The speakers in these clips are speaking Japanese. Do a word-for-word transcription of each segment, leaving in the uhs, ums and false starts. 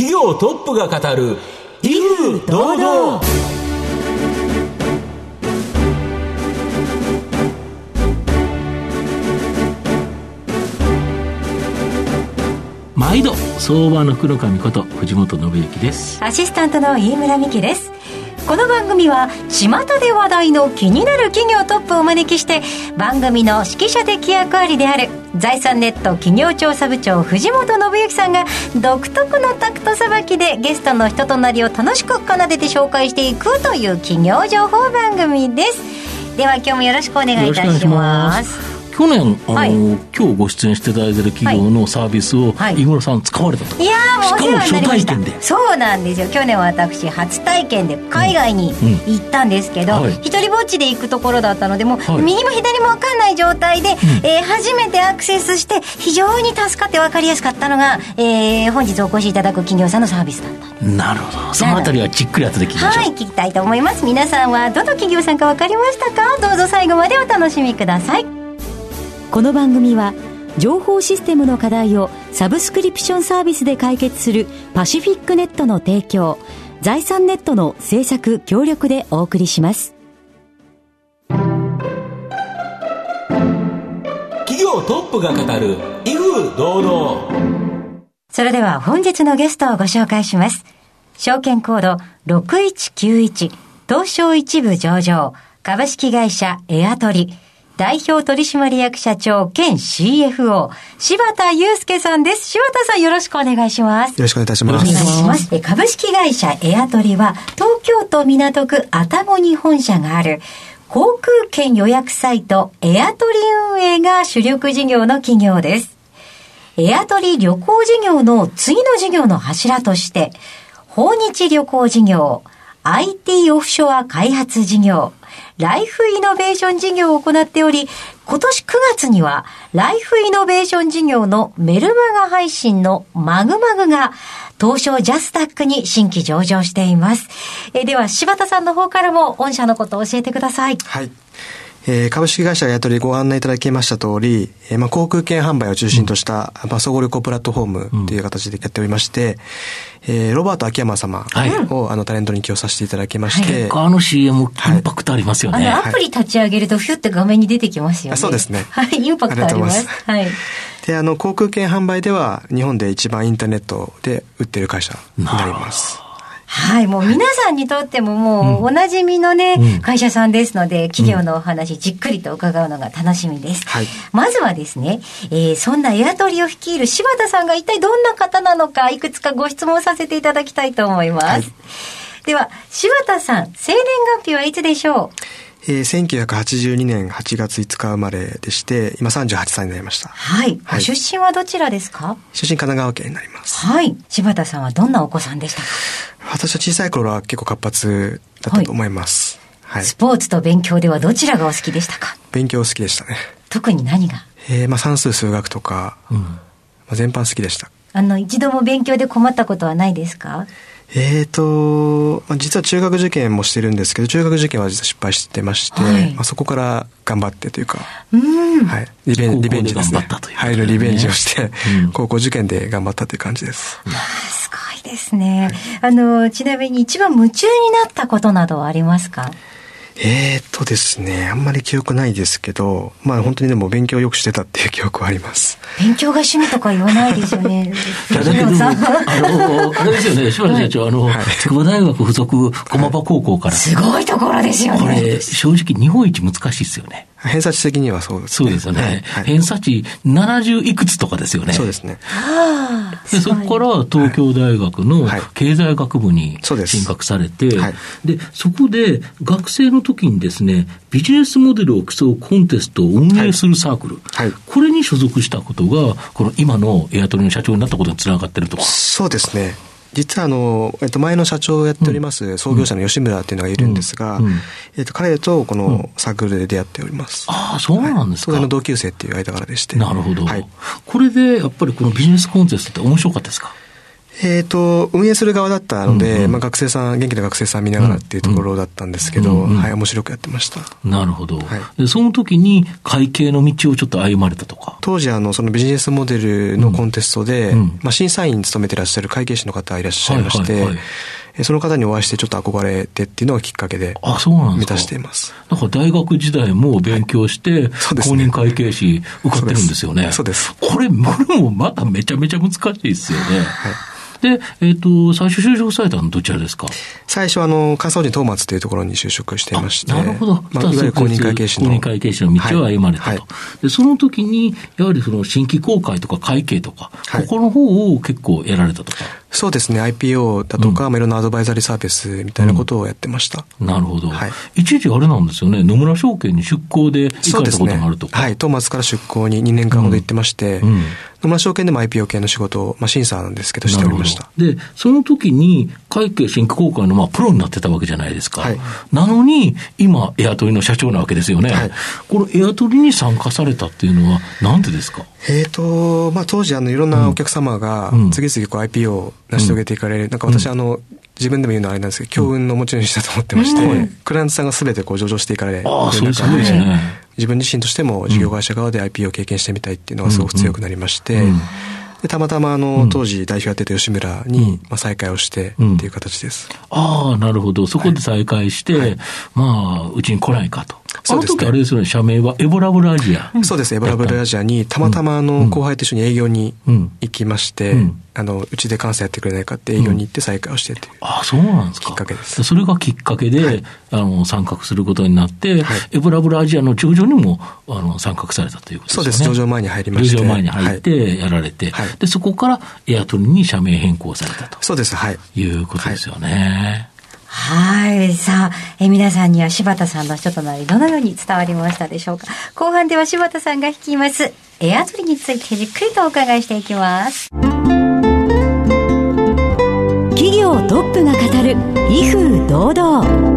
企業トップが語る威風堂々。 毎度相場の黒神こと藤本信之です。 アシスタントの飯村美希です。この番組は巷で話題の気になる企業トップをお招きして、番組の指揮者的役割である財産ネット企業調査部長藤本信之さんが独特のタクトさばきでゲストの人となりを楽しく奏でて紹介していくという企業情報番組です。では今日もよろしくお願いいたします。 去年あの、はい、今日ご出演していただいている企業のサービスを、はい、飯村さん使われたと。 いやもうしかも初体験で。 そうなんですよ。去年は私初体験で海外に行ったんですけど、うんうんはい、一人ぼっちで行くところだったので、もう、はい、右も左も分かんない状態で、うんえー、初めてアクセスして非常に助かって分かりやすかったのが、えー、本日お越しいただく企業さんのサービスだったんです。 なるほど。そのあたりはじっくり後で聞きましょう。 はい、聞きたいと思います。皆さんはどの企業さんか分かりましたか？どうぞ最後までお楽しみください。この番組は情報システムの課題をサブスクリプションサービスで解決するパシフィックネットの提供、財産ネットの制作協力でお送りします。 企業トップが語る威風堂々。 それでは本日のゲストをご紹介します。証券コードろくいちきゅういち東証一部上場株式会社エアトリ代表取締役社長兼 シーエフオー 柴田祐介さんです。柴田さんよろしくお願いします。 よろしくお願いいたします。 お願いします。株式会社エアトリは東京都港区愛宕に本社がある航空券予約サイトエアトリ運営が主力事業の企業です。エアトリ旅行事業の次の事業の柱として訪日旅行事業、アイティー オフショア開発事業、ライフイノベーション事業を行っており、今年くがつにはライフイノベーション事業のメルマガ配信のマグマグが東証ジャスダックに新規上場しています。えでは柴田さんの方からも御社のことを教えてください。 はい。えー、株式会社エアトリご案内いただきました通り、えーまあ、航空券販売を中心とした、うんまあ、総合旅行プラットフォームという形でやっておりまして、うんえー、ロバート秋山様を、はい、あのタレントに起用させていただきまして、 はい、あの シーエム インパクトありますよね、 はい、あのアプリ立ち上げるとフィュって画面に出てきますよね。 そうですね。 はい、インパクトあります。はい。 で、あの航空券販売では日本で一番インターネットで売っている会社になります。 はい、もう皆さんにとってももうおなじみのね、うん、会社さんですので、企業のお話じっくりと伺うのが楽しみです。はい、まずはですね、えー、そんなエアトリを率いる柴田さんが一体どんな方なのか、いくつかご質問させていただきたいと思います。はい、では、柴田さん、生年月日はいつでしょう？ えー、せんきゅうひゃくはちじゅうにねんはちがついつか生まれでして、今さんじゅうはっさいになりました。 はい。はい、出身はどちらですか？ 出身神奈川県になります。 はい。柴田さんはどんなお子さんでしたか？ 私は小さい頃は結構活発だったと思います。はい。はい、 スポーツと勉強ではどちらがお好きでしたか？ 勉強好きでしたね。特に何が？ えー、まあ算数数学とか、うんまあ、全般好きでした。 あの、一度も勉強で困ったことはないですか？ えーと、実は中学受験もしてるんですけど、中学受験は実は失敗してまして、はい、まあ、そこから頑張ってというか、 うんはい、リベン、リベンジですね。 頑張ったという、ね。 はい、リベンジをして、うん、高校受験で頑張ったという感じです。 あすごいですね。はい、あの、ちなみに一番夢中になったことなどはありますか？ えーとですね、あんまり記憶ないですけど、まあ本当にでも勉強よくしてたっていう記憶はあります。 勉強が趣味とか言わないですよね。 いやだけど、あの、あれですよね、柴田社長、あの、筑波大学附属駒場高校から。 すごいところですよね。 これ、正直日本一難しいですよね。 偏差値的にはそうですね。 そうですよね。はい、偏差値ななじゅういくつとかですよね。 そうですね。 はあ、 でそこから東京大学の経済学部に進学されて、はいはい、でそこで学生の時にですね、ビジネスモデルを競うコンテストを運営するサークル、はいはい、これに所属したことがこの今のエアトリの社長になったことにつながってるとか。 そうですね。実はあの、えっと、前の社長をやっております創業者の吉村っていうのがいるんですが、うんうん、えっと、彼とこのサークルで出会っております。 うん、ああ、そうなんですか。 はい、それの同級生っていう間柄でして。 なるほど。 はい、 これでやっぱりこのビジネスコンテストって面白かったですか？ えっと、運営する側だったので、うんうん、まあ、学生さん、元気な学生さん見ながらっていうところだったんですけど、うんうん、はい、面白くやってました。 なるほど。はい、でその時に会計の道をちょっと歩まれたとか。 当時、あの、そのビジネスモデルのコンテストで、うんうん、まあ、審査員に務めてらっしゃる会計士の方いらっしゃいまして、はいはいはい、その方にお会いしてちょっと憧れてっていうのがきっかけで、 あ、そうなんですか。 目指しています。 だから大学時代も勉強して、はい、公認会計士受かってるんですよね。 そうです。 これ、もまためちゃめちゃ難しいですよね。はい。で、えっと、最初就職されたのはどちらですか？ 最初、あの、関西人東松というところに就職していまして。 なるほど。 まあ、いわゆる公認会計士の。 公認会計士の道を歩まれたと。はいはい、で、その時に、やはりその新規公開とか会計とか、はい、ここの方を結構やられたとか。 そうですね。アイピーオー だとか、うん、いろんなアドバイザリーサービスみたいなことをやってました。 うん、なるほど。はい。一時あれなんですよね。野村証券に出向で行かれたことがあるとか。 ね、はい。東松から出向ににねんかんほど行ってまして、うんうん、野村証券でも アイピーオー 系の仕事を、まあ、審査なんですけどしておりました。 で、その時に会計新規公開のまあプロになってたわけじゃないですか。はい、なのに、今、エアトリの社長なわけですよね。はい、このエアトリに参加されたっていうのは、なんでですか？ えっと、まあ、当時、あの、いろんなお客様が、次々こう アイピーオー を成し遂げていかれる、うん、なんか私、あの、自分でも言うのはあれなんですけど、強運の持ち主だと思ってまして、うん、クライアントさんが全てこう上場していかれる中で、ね、自分自身としても事業会社側で アイピーオー を経験してみたいっていうのがすごく強くなりまして、うんうん、でたまたまあの、うん、当時代表やってた吉村に、まあ、再会をしてっていう形です。 うん、ああ、なるほど。そこで再会して、はい、まあ、うちに来ないかと。あの時あれですよね、社名はエボラブルアジア。 そうです、エボラブルアジアに、たまたまあの、後輩と一緒に営業に行きまして、うん、あの、うちで監査やってくれないかって営業に行って再開をしてっていう。 ああ、そうなんですか。 きっかけです。 それがきっかけで、はい、あの、参画することになって、はい、エボラブルアジアの上場にも、あの、参画されたということですね。 そうです、上場前に入りまして。 上場前に入ってやられて、はい、で、そこからエアトリに社名変更されたと。 そうです、はい。 いうことですよね。 はい。さあ、え皆さんには柴田さんの人となりどのように伝わりましたでしょうか。後半では柴田さんが率いますエアトリについてじっくりとお伺いしていきます。企業トップが語る威風堂々。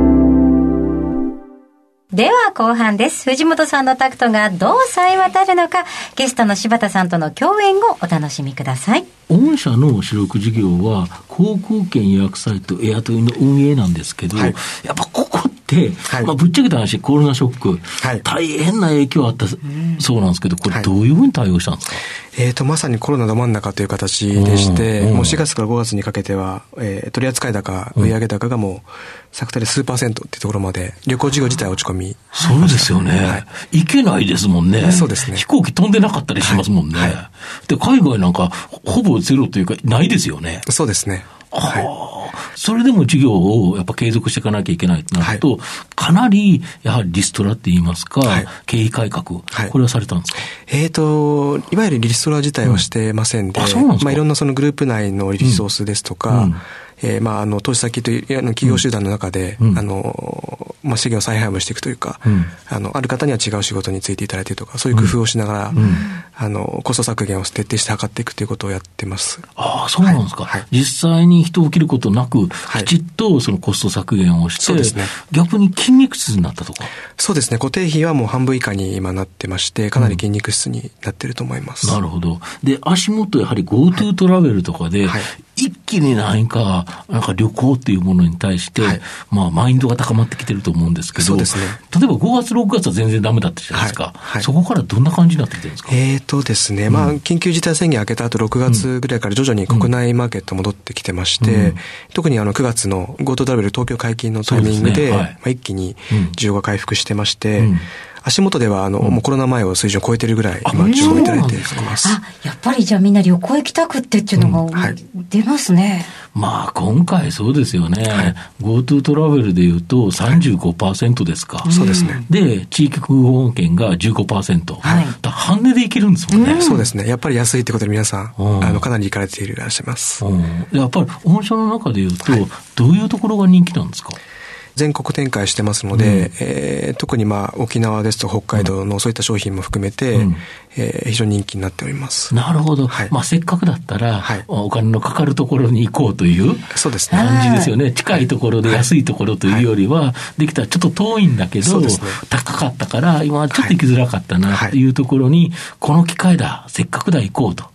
では後半です。藤本さんのタクトがどう冴え渡るのか、ゲストの柴田さんとの共演をお楽しみください。 御社の主力事業は航空券予約サイトエアトリの運営なんですけど、はい、やっぱここって、はい、まあ、ぶっちゃけた話コロナショック、はい、大変な影響あったそうなんですけど、これどういうふうに対応したんですか？ はい、えーとまさにコロナど真ん中という形でして、うんうん、もうしがつからごがつにかけては、えー、取扱高売上高がもう昨年数パーセントっていうところまで旅行事業自体落ち込み、 そうですよね、はい、行けないですもんね。 そうですね。 飛行機飛んでなかったりしますもんね、はいはい、で海外なんかほぼゼロというかないですよね。 そうですね。 はい、それでも事業をやっぱ継続していかなきゃいけないとなると、はい、かなりやはりリストラって言いますか、はい、経営改革、はい、これはされたんですか？ えーと、いわゆるリストラ自体はしてませんで、うん、あ、そうなんですか？まあ、いろんなそのグループ内のリソースですとか、うんうん、えー、まあ、あの、投資先という、あの、企業集団の中で、うん、あの、まあ、資源を再配分していくというか、うん、あの、ある方には違う仕事に就いていただいてとか、そういう工夫をしながら、うん、あの、コスト削減を徹底して図っていくということをやってます。 ああ、そうなんですか。はい、実際に人を切ることなく、はい、きちっとそのコスト削減をして、そうですね、逆に筋肉質になったとか。 そうですね。固定費はもう半分以下に今なってまして、かなり筋肉質になっていると思います。 うん、なるほど。で、足元やはり GoTo トラベルとかで、はいはい、一気に何か、なんか旅行っていうものに対して、はい、まあ、マインドが高まってきてると思うんですけど、そうですね。例えばごがつ、ろくがつは全然ダメだったじゃないですか。はいはい、そこからどんな感じになってきてるんですか？ えーとですね、うん、まあ、緊急事態宣言明けた後ろくがつぐらいから徐々に国内マーケット戻ってきてまして、うん、特にあのくがつの GoTo トラベル東京解禁のタイミングで、ね、はい、まあ、一気に需要が回復してまして、うんうん、足元ではあの、うん、もうコロナ前を水準を超えてるぐらい今注目いただいています。 あ、やっぱりじゃあみんな旅行行きたくってっていうのが、うん、はい、出ますね。 まあ今回そうですよね、はい、GoTo トラベルでいうと さんじゅうごパーセント ですか、 はい、そうですね。 で地域クーポン券が じゅうごパーセント、はい、だ半値でいけるんですもんね、うん、 そうですね。やっぱり安いってことで皆さん、うん、あのかなり行かれていらっしゃいます、うん、 やっぱり御社の中でいうと、はい、どういうところが人気なんですか？ 全国展開してますので、うん、えー、特にまあ沖縄ですと北海道のそういった商品も含めて、うん、えー、非常に人気になっております。 なるほど、はい、まあ、せっかくだったら、はい、お金のかかるところに行こうという感じですよね。近いところで安いところというよりは、はい、できたらちょっと遠いんだけど、ね、高かったから今ちょっと行きづらかったなというところに、はい、この機会だ、せっかくだ行こうと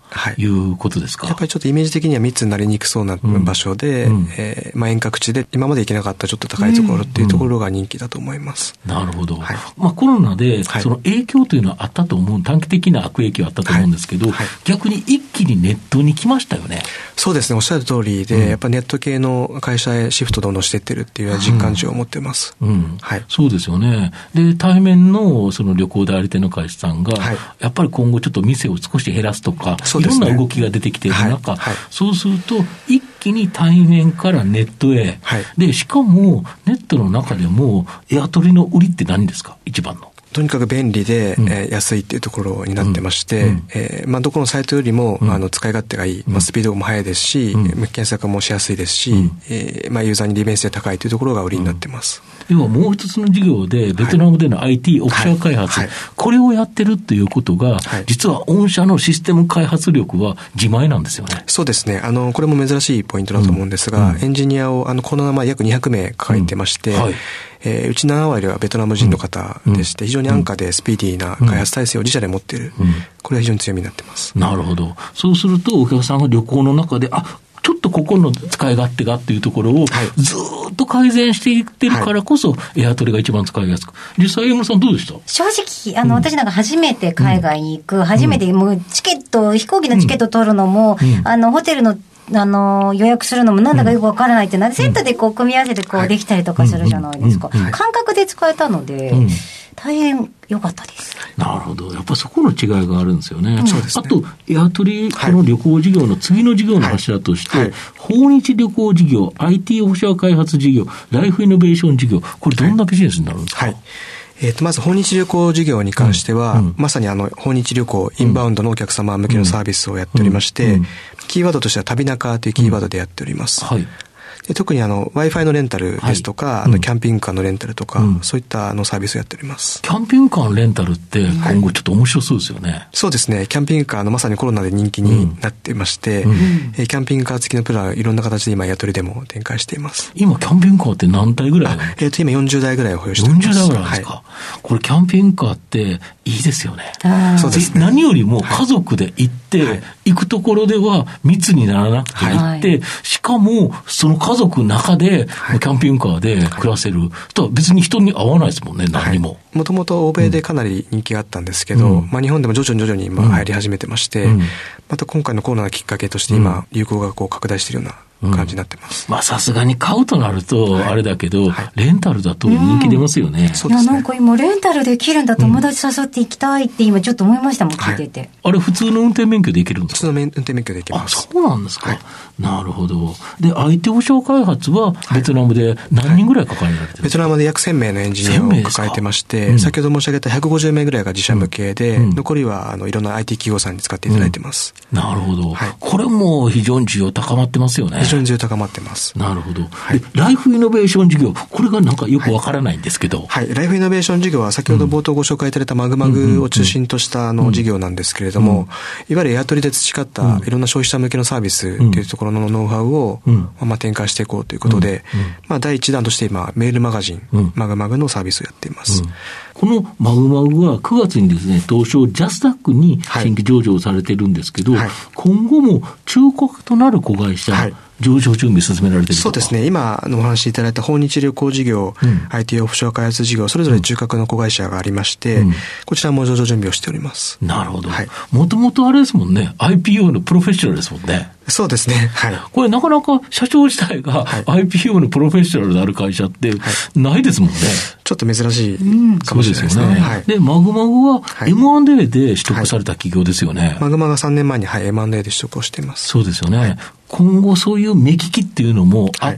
いうことですか。 やっぱりちょっとイメージ的には密になりにくそうな場所で、うんえーまあ、遠隔地で今まで行けなかったちょっと高いところっていうところが人気だと思います。 うんうん、なるほど。はいまあ、コロナでその影響というのはあったと思う、短期的な悪影響はあったと思うんですけど、はいはい、逆に一気にネットに来ましたよね。 そうですね、おっしゃる通りで、うん、やっぱネット系の会社へシフトどんどんしていってるっていう実感値を持ってます。 うんうんはい、そうですよね。で、対面のその旅行代理店の会社さんが、はい、やっぱり今後ちょっと店を少し減らすとか、いろんな動きが出てきている中、はいはい、そうすると一気に対面からネットへ、はい、で、しかもネットの中でもエアトリの売りって何ですか、一番の。 とにかく便利で、うんえー、安いっていうところになってまして、うんえーまあ、どこのサイトよりも、うん、あの使い勝手がいい、まあ、スピードも速いですし、うん、検索もしやすいですし、うんえーまあ、ユーザーに利便性高いというところが売りになってます。 うん、要はもう一つの事業でベトナムでの アイティー オフショア開発、はいはい、これをやってるっていうことが、はい、実は御社のシステム開発力は自前なんですよね。 そうですね。あのこれも珍しいポイントだと思うんですが、うん、エンジニアをあのコロナ前約にひゃくめい抱えてまして、うんはいえー、うちななわりはベトナム人の方でして、うん、非常に安価でスピーディーな開発体制を自社で持っている、うん、これは非常に強みになってます。 なるほど。そうするとお客さんが旅行の中であちょっとここの使い勝手がっていうところをずっと改善していってるからこそ、はい、エアトリが一番使いやすく。実際江村さんどうでした？ 正直あの、うん、私なんか初めて海外に行く、うん、初めてもうチケット飛行機のチケット取るのも、うん、あのホテルのあの予約するのもなんだかよくわからないっていうのは、うん、セットでこう組み合わせてこうできたりとかするじゃないですか、はいうんうんうん、感覚で使えたので、うん、大変良かったです。 なるほど。やっぱそこの違いがあるんですよね、うん、そうですね。あとエアトリこの旅行事業の次の事業の柱として、はいはい、訪日旅行事業 アイティー オフショア開発事業ライフイノベーション事業、これどんなビジネスになるんですか？はいはいえー、とまず訪日旅行事業に関しては、うん、まさにあの訪日旅行インバウンドのお客様向けのサービスをやっておりまして、うんうん、キーワードとしては旅中というキーワードでやっております、うんはい、で特にあの Wi-Fi のレンタルですとか、はい、あのキャンピングカーのレンタルとか、うん、そういったあのサービスをやっております。 キャンピングカーのレンタルって今後ちょっと面白そうですよね、はい、 そうですね。キャンピングカーのまさにコロナで人気になっていまして、うんうんえー、キャンピングカー付きのプランいろんな形で今エアトリでも展開しています。 今キャンピングカーって何台ぐらい？ えー、と今よんじゅうだいぐらいを保有しております。 よんじゅうだいぐらいですか、はい、これキャンピングカーっていいですよね。 そうですね。 何よりも家族で行って、はい、行くところでは密にならなくて行って、はい、しかもその家族の中で、はい、キャンピングカーで暮らせる、はい、と別に人に会わないですもんね、何にも。 もともと欧米でかなり人気があったんですけど、うんまあ、日本でも徐々に徐々に今入り始めてまして、うん、また今回のコロナのきっかけとして今流行がこう拡大しているような感じになってます。 うん、まあさすがに買うとなるとあれだけど、はいはい、レンタルだと人気出ますよね。うん、 そうですね。いやなんか今レンタルできるんだ、友達誘って行きたいって今ちょっと思いましたもん、聞いてて、はい。 あれ普通の運転免許で行けるんですか？ 普通の運転免許で行けます。 あ、そうなんですか。はい、なるほど。で、アイティー オフショア開発はベトナムで何人ぐらい抱えられてるんですか？ ベトナムで約せんめいのエンジニアを抱えてまして、うん、先ほど申し上げたひゃくごじゅうめいぐらいが自社向けで、うん、残りはあのいろんな アイティー 企業さんに使っていただいてます。 うん、なるほど、はい。これも非常に需要高まってますよね。 非常に需要高まってます。 なるほど、はい、ライフイノベーション事業、これがなんかよくわからないんですけど、 はいはい、ライフイノベーション事業は先ほど冒頭ご紹介いただいたマグマグを中心としたあの事業なんですけれども、うんうん、いわゆるエアトリで培ったいろんな消費者向けのサービスというところのノウハウを、うんまあ、展開していこうということで、うんうんまあ、だいいちだんとして今メールマガジン、うん、マグマグのサービスをやっています。うん、 このマグマグはくがつにですね、東証ジャスダックに新規上場されてるんですけど、はいはい、今後も中核となる子会社、はい上場準備進められているとか。 そうですね。今のお話しいただいた訪日旅行事業、うん、アイティー オフショア開発事業、それぞれ中核の子会社がありまして、うん、こちらも上場準備をしております。 なるほど。もともとあれですもんね。アイピーオー のプロフェッショナルですもんね。 そうですね。はい。 これなかなか社長自体が アイピーオー のプロフェッショナルである会社ってないですもんね。はい、ちょっと珍しいかもしれないですね。うん、そうですよね。はい、 で、マグマグは エムアンドエー で取得された企業ですよね。はいはい、 マグマグがさんねんまえに、はい、エムアンドエー で取得をしています。 そうですよね。はい、今後そういう目利きっていうのもあって、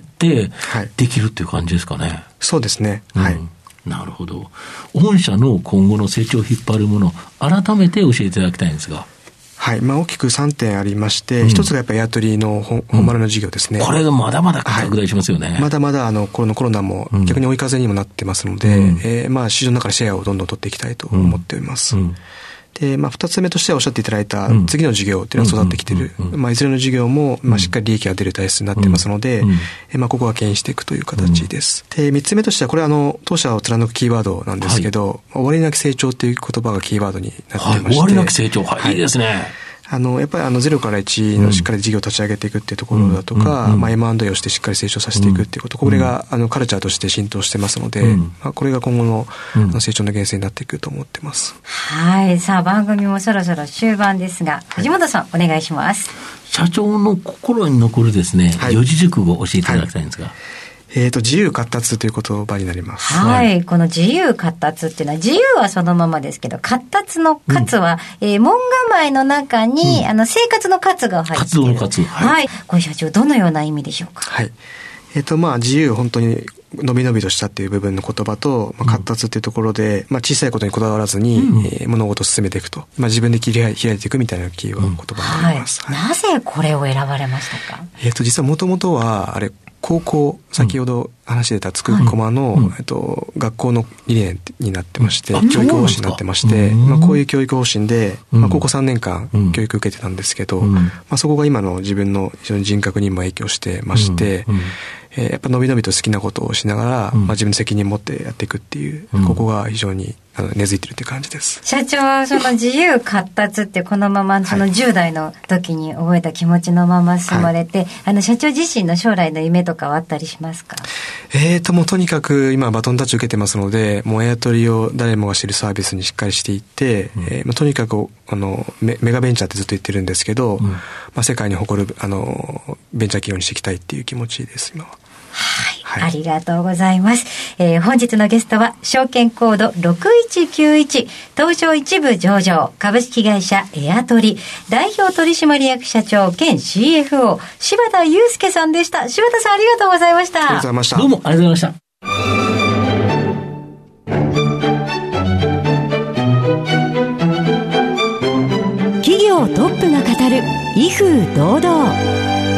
できるっていう感じですかね。はいはい、 そうですね。はい。うんなるほど。御社の今後の成長を引っ張るもの、改めて教えていただきたいんですが。 はい。まあ、大きくさんてんありまして、一、うん、つがやっぱりエアトリの本丸の事業ですね。 うん、これがまだまだ拡大しますよね。はい、 まだまだ、あの、このコロナも逆に追い風にもなってますので、うんえー、まあ、市場の中でシェアをどんどん取っていきたいと思っております。うんうんで、まあ、二つ目としてはおっしゃっていただいた次の事業っていうのは育ってきている。まあ、いずれの事業も、まあ、しっかり利益が出る体質になっていますので、うん、まあ、ここは牽引していくという形です。うん、で、三つ目としては、これはあの、当社を貫くキーワードなんですけど、はい、終わりなき成長という言葉がキーワードになっていまして。はい、 終わりなき成長。はい、はい、いいですね。 あのやっぱりあのゼロからいちのしっかり事業を立ち上げていくっていうところだとか、うんまあ、エムアンドエー をしてしっかり成長させていくっていうこと、これがあのカルチャーとして浸透してますので、うんまあ、これが今後の、あの成長の源泉になっていくと思ってます。 はい。さあ番組もそろそろ終盤ですが、藤本さん、はい、お願いします。 社長の心に残るですね、はい、四字熟語を教えていただきたいんですが、はいえーと、自由闊達という言葉になります。 はい。この自由闊達っていうのは、自由はそのままですけど、闊達の活は、うん、えー、門構えの中に、うん、あの、生活の活が入っている。 活動の活。 はい。はい、これ社長、どのような意味でしょうか。 はい。えーと、まあ、自由、本当に、のびのびとしたっていう部分の言葉と、まあ、闊達っていうところで、まあ、小さいことにこだわらずに、うんえー、物事を進めていくと。まあ、自分で切り開いていくみたいなキーワード言葉になります。 うんはいはい、なぜこれを選ばれましたか。 えーと、実はもともとは、あれ、高校、先ほど話してたつくこまの、うんえっと、学校の理念になってまして、うん、教育方針になってまして、まあ、こういう教育方針で、まあ、高校さんねんかん教育受けてたんですけど、うんまあ、そこが今の自分の非常に人格にも影響してまして、うんうんえー、やっぱのびのびと好きなことをしながら、うんまあ、自分の責任を持ってやっていくっていう、うん、ここが非常にあの根付いてるっていう感じです。 社長はその自由闊達ってこのままそのじゅう代の時に覚えた気持ちのまま進まれて、はい、あの社長自身の将来の夢とかはあったりしますか。 えーともうとにかく今バトンタッチ受けてますので、もうエアトリを誰もが知るサービスにしっかりしていって、うんえーまあ、とにかくあの メ, メガベンチャーってずっと言ってるんですけど、うんまあ、世界に誇るあのベンチャー企業にしていきたいっていう気持ちです今は。 はい、はい、ありがとうございます、えー、本日のゲストは証券コードろくいちきゅういち東証一部上場株式会社エアトリ代表取締役社長兼 シーエフオー 柴田祐介さんでした。柴田さんありがとうございました。 ありがとうございました。 どうもありがとうございました。 企業トップが語る威風堂々。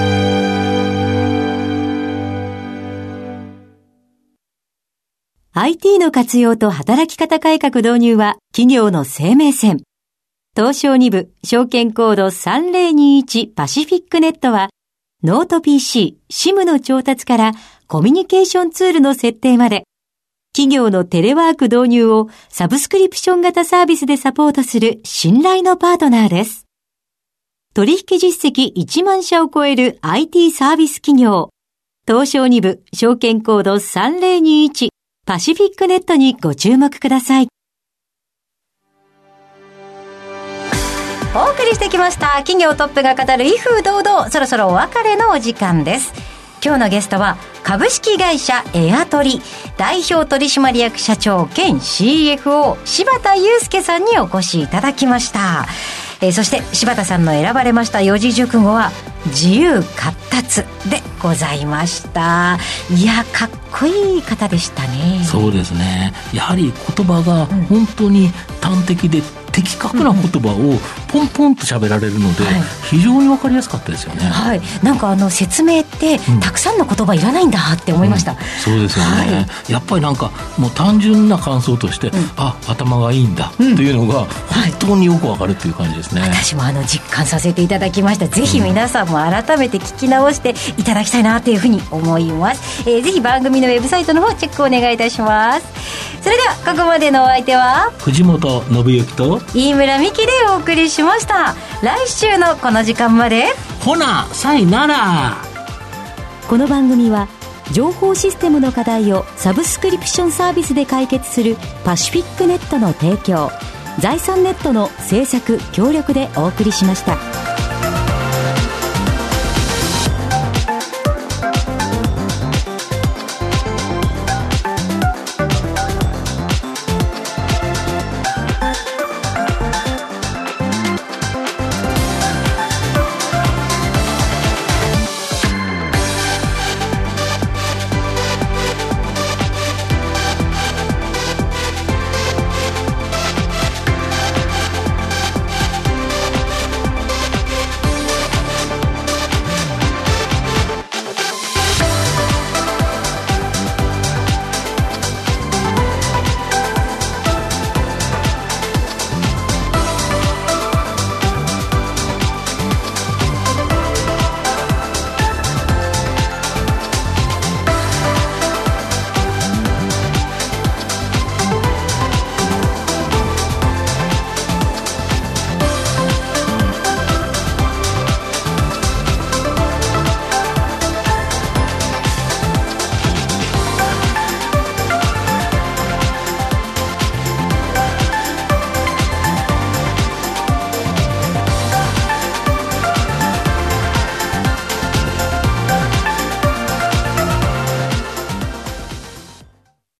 アイティー の活用と働き方改革導入は企業の生命線。東証に部証券コードさんぜろにいちパシフィックネットはノート ピーシー、シム の調達からコミュニケーションツールの設定まで企業のテレワーク導入をサブスクリプション型サービスでサポートする信頼のパートナーです。取引実績いちまんしゃを超える アイティー サービス企業東証に部証券コードさんぜろにいちパシフィックネットにご注目ください。お送りしてきました企業トップが語る威風堂々、そろそろお別れのお時間です。今日のゲストは株式会社エアトリ代表取締役社長兼 シーエフオー 柴田祐介さんにお越しいただきました。えー、そして柴田さんの選ばれました四字熟語は自由闊達でございました。いやかっこいい方でしたね。 そうですね。やはり言葉が本当に端的で的確な言葉をポンポンと喋られるので、うんはい、非常に分かりやすかったですよね。 はい、なんかあの説明ってたくさんの言葉いらないんだって思いました。うんうん、 そうですよね。はい、やっぱりなんかもう単純な感想として、うん、あ頭がいいんだというのが本当によく分かるっていう感じですね。はい、 私もあの実感させていただきました。ぜひ皆さんも改めて聞き直していただきたいなというふうに思います。えー、ぜひ番組のウェブサイトの方チェックお願いいたします。それではここまでのお相手は藤本信之と飯村美希でお送りしました。来週のこの時間までほなさいなら。 この番組は情報システムの課題をサブスクリプションサービスで解決するパシフィックネットの提供、財産ネットの制作協力でお送りしました。